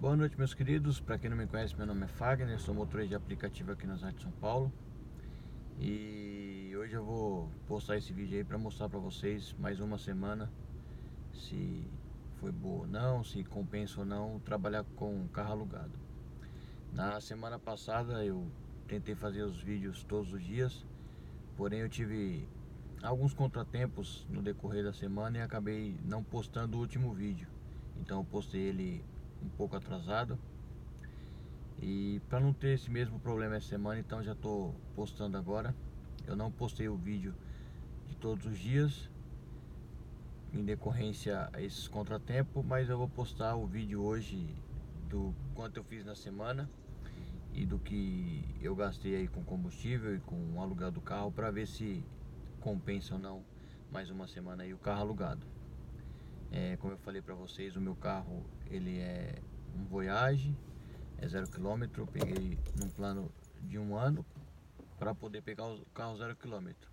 Boa noite, meus queridos. Para quem não me conhece, meu nome é Fagner, sou motorista de aplicativo aqui na cidade de São Paulo. E hoje eu vou postar esse vídeo aí para mostrar para vocês mais uma semana se foi boa ou não, se compensa ou não trabalhar com carro alugado. Na semana passada eu tentei fazer os vídeos todos os dias, porém eu tive alguns contratempos no decorrer da semana e acabei não postando o último vídeo. Então eu postei ele um pouco atrasado. E para não ter esse mesmo problema essa semana, então já tô postando agora. Eu não postei o vídeo de todos os dias em decorrência a esses contratempos, mas eu vou postar o vídeo hoje do quanto eu fiz na semana e do que eu gastei aí com combustível e com o aluguel do carro, para ver se compensa ou não mais uma semana aí o carro alugado. Como eu falei para vocês, o meu carro ele é um Voyage, é 0 km. Eu peguei num plano de um ano para poder pegar o carro 0 km.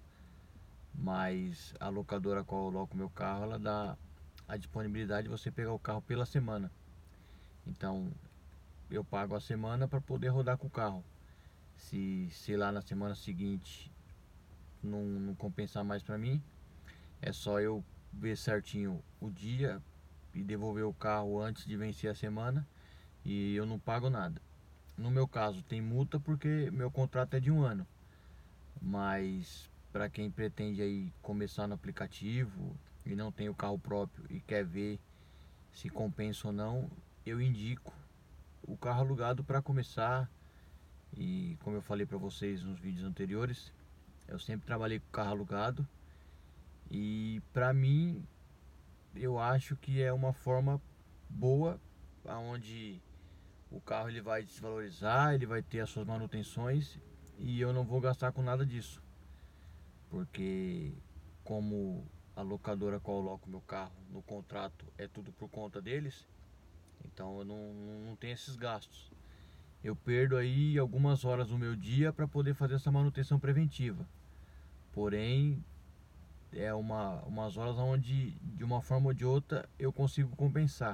Mas a locadora a qual eu aloco meu carro, ela dá a disponibilidade de você pegar o carro pela semana. Então eu pago a semana para poder rodar com o carro. Se lá na semana seguinte não compensar mais para mim, é só eu ver certinho o dia e devolver o carro antes de vencer a semana, e eu não pago nada. No meu caso tem multa porque meu contrato é de um ano, mas para quem pretende aí começar no aplicativo e não tem o carro próprio e quer ver se compensa ou não, eu indico o carro alugado para começar. E como eu falei para vocês nos vídeos anteriores, eu sempre trabalhei com carro alugado e para mim eu acho que é uma forma boa, aonde o carro ele vai desvalorizar, ele vai ter as suas manutenções e eu não vou gastar com nada disso, porque como a locadora a qual eu coloco meu carro no contrato é tudo por conta deles, então eu não tenho esses gastos. Eu perdo aí algumas horas do meu dia para poder fazer essa manutenção preventiva, porém é umas horas onde de uma forma ou de outra eu consigo compensar.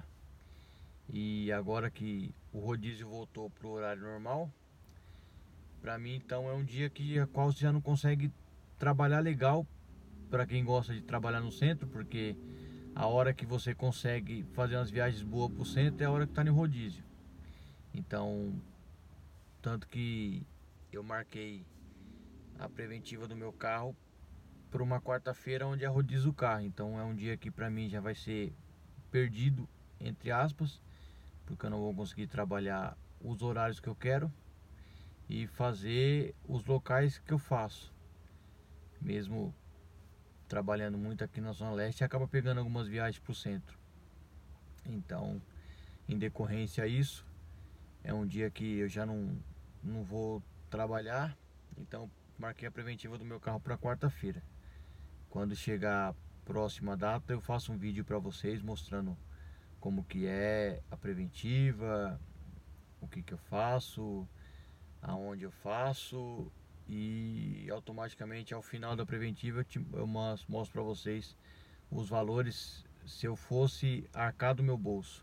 E agora que o rodízio voltou pro horário normal, para mim então é um dia que a qual você já não consegue trabalhar legal. Para quem gosta de trabalhar no centro, porque a hora que você consegue fazer umas viagens boas pro centro é a hora que tá no rodízio. Então, tanto que eu marquei a preventiva do meu carro para uma quarta-feira onde é rodízio o carro. Então é um dia que para mim já vai ser perdido, entre aspas, porque eu não vou conseguir trabalhar os horários que eu quero e fazer os locais que eu faço. Mesmo trabalhando muito aqui na Zona Leste, acaba pegando algumas viagens para o centro. Então, em decorrência a isso, é um dia que eu já não vou trabalhar. Então, marquei a preventiva do meu carro para quarta-feira. Quando chegar a próxima data, eu faço um vídeo para vocês mostrando como que é a preventiva, o que eu faço, aonde eu faço, e automaticamente ao final da preventiva eu mostro para vocês os valores se eu fosse arcar do meu bolso.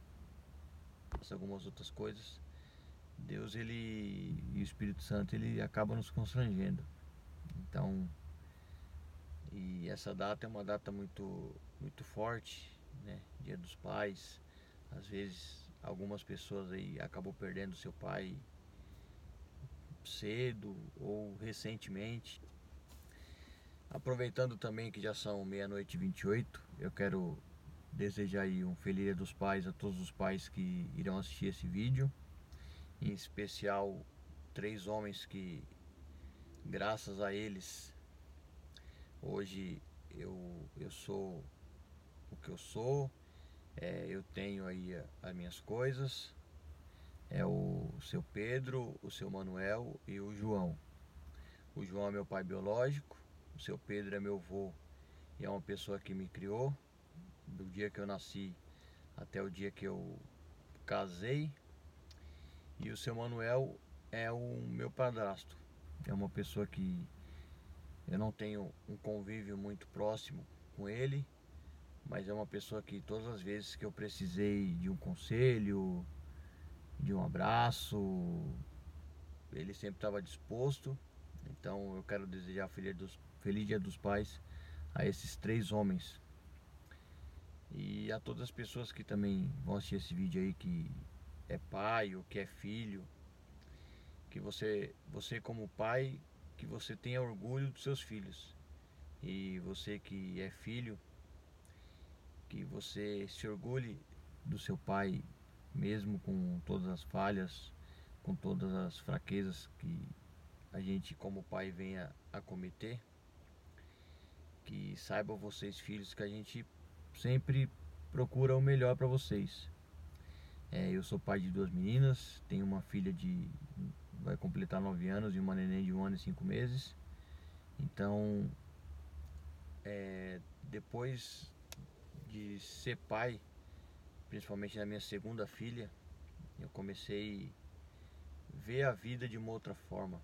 Algumas outras coisas, Deus ele e o Espírito Santo ele acaba nos constrangendo. Então, e essa data é uma data muito forte, né? Dia dos Pais. Às vezes algumas pessoas aí acabam perdendo seu pai cedo ou recentemente. Aproveitando também que já são meia-noite e 28, eu quero desejar aí um feliz Dia dos Pais a todos os pais que irão assistir esse vídeo, em especial três homens que, graças a eles, hoje eu sou o que eu sou. Eu tenho aí as minhas coisas. É o seu Pedro, o seu Manuel e o João. O João é meu pai biológico, o seu Pedro é meu avô e é uma pessoa que me criou do dia que eu nasci até o dia que eu casei. E o seu Manuel é o meu padrasto. É uma pessoa que eu não tenho um convívio muito próximo com ele, mas é uma pessoa que todas as vezes que eu precisei de um conselho, de um abraço. Ele sempre estava disposto. Então eu quero desejar feliz Dia dos Pais a esses três homens. E a todas as pessoas que também vão assistir esse vídeo aí, que é pai ou que é filho, que você como pai, que você tenha orgulho dos seus filhos. E você que é filho, que você se orgulhe do seu pai, mesmo com todas as falhas, com todas as fraquezas que a gente como pai venha a cometer. Que saibam vocês, filhos, que a gente sempre procura o melhor para vocês. Eu sou pai de duas meninas, tenho uma filha de vai completar 9 anos e uma neném de 1 ano e 5 meses. Então, depois de ser pai, principalmente na minha segunda filha, eu comecei a ver a vida de uma outra forma.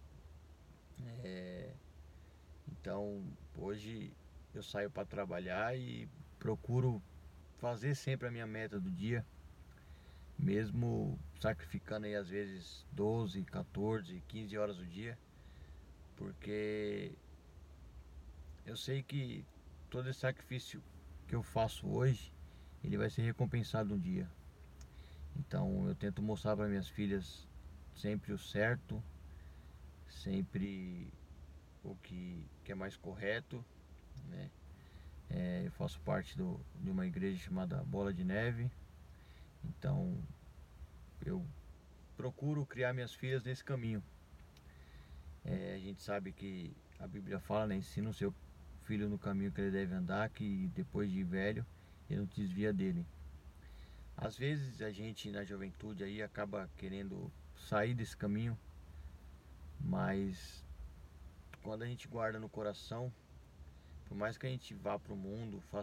Então, hoje eu saio para trabalhar e procuro fazer sempre a minha meta do dia, mesmo sacrificando aí às vezes 12, 14, 15 horas do dia, porque eu sei que todo esse sacrifício que eu faço hoje, ele vai ser recompensado um dia. Então eu tento mostrar para minhas filhas sempre o certo, sempre o que é mais correto, né? Eu faço parte de uma igreja chamada Bola de Neve, então eu procuro criar minhas filhas nesse caminho. A gente sabe que a Bíblia fala, né? Ensina o seu filho no caminho que ele deve andar, que depois de velho ele não te desvia dele. Às vezes a gente na juventude aí acaba querendo sair desse caminho, mas quando a gente guarda no coração, por mais que a gente vá para o mundo,